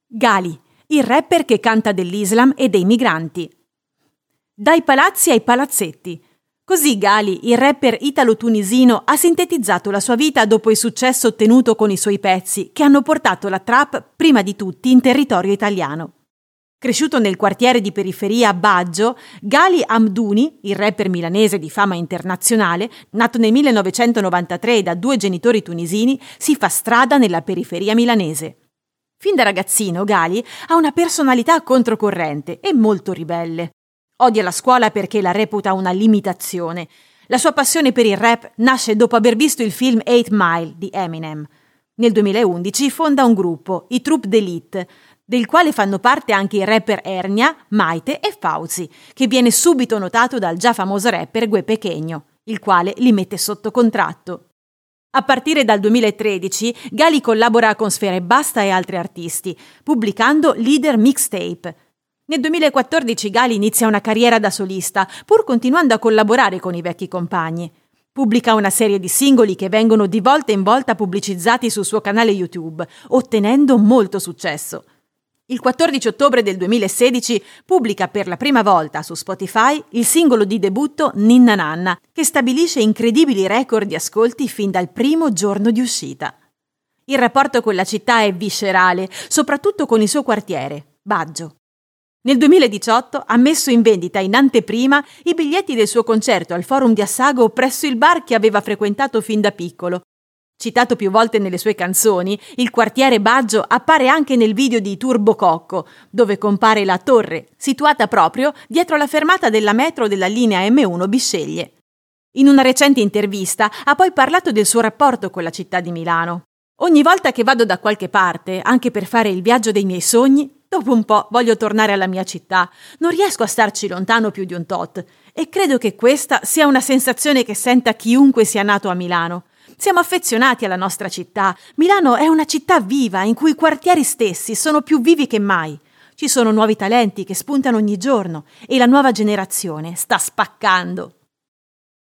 Gali, il rapper che canta dell'Islam e dei migranti. Dai palazzi ai palazzetti. Così Gali, il rapper italo-tunisino, ha sintetizzato la sua vita dopo il successo ottenuto con i suoi pezzi, che hanno portato la trap prima di tutti in territorio italiano. Cresciuto nel quartiere di periferia Baggio, Gali Hamdouni, il rapper milanese di fama internazionale, nato nel 1993 da 2 genitori tunisini, si fa strada nella periferia milanese. Fin da ragazzino Gali ha una personalità controcorrente e molto ribelle. Odia la scuola perché la reputa una limitazione. La sua passione per il rap nasce dopo aver visto il film 8 Mile di Eminem. Nel 2011 fonda un gruppo, i Troupe d'Elite, del quale fanno parte anche i rapper Ernia, Maite e Fauzi, che viene subito notato dal già famoso rapper Gue Pequeno, il quale li mette sotto contratto. A partire dal 2013, Gali collabora con Sfera Ebbasta e altri artisti, pubblicando Leader Mixtape. Nel 2014 Gali inizia una carriera da solista, pur continuando a collaborare con i vecchi compagni. Pubblica una serie di singoli che vengono di volta in volta pubblicizzati sul suo canale YouTube, ottenendo molto successo. Il 14 ottobre del 2016 pubblica per la prima volta su Spotify il singolo di debutto Ninna Nanna, che stabilisce incredibili record di ascolti fin dal primo giorno di uscita. Il rapporto con la città è viscerale, soprattutto con il suo quartiere, Baggio. Nel 2018 ha messo in vendita in anteprima i biglietti del suo concerto al Forum di Assago presso il bar che aveva frequentato fin da piccolo. Citato più volte nelle sue canzoni, il quartiere Baggio appare anche nel video di Turbo Cocco, dove compare la torre, situata proprio dietro la fermata della metro della linea M1 Bisceglie. In una recente intervista ha poi parlato del suo rapporto con la città di Milano. Ogni volta che vado da qualche parte, anche per fare il viaggio dei miei sogni, dopo un po' voglio tornare alla mia città. Non riesco a starci lontano più di un tot e credo che questa sia una sensazione che senta chiunque sia nato a Milano. Siamo affezionati alla nostra città. Milano è una città viva in cui i quartieri stessi sono più vivi che mai. Ci sono nuovi talenti che spuntano ogni giorno e la nuova generazione sta spaccando.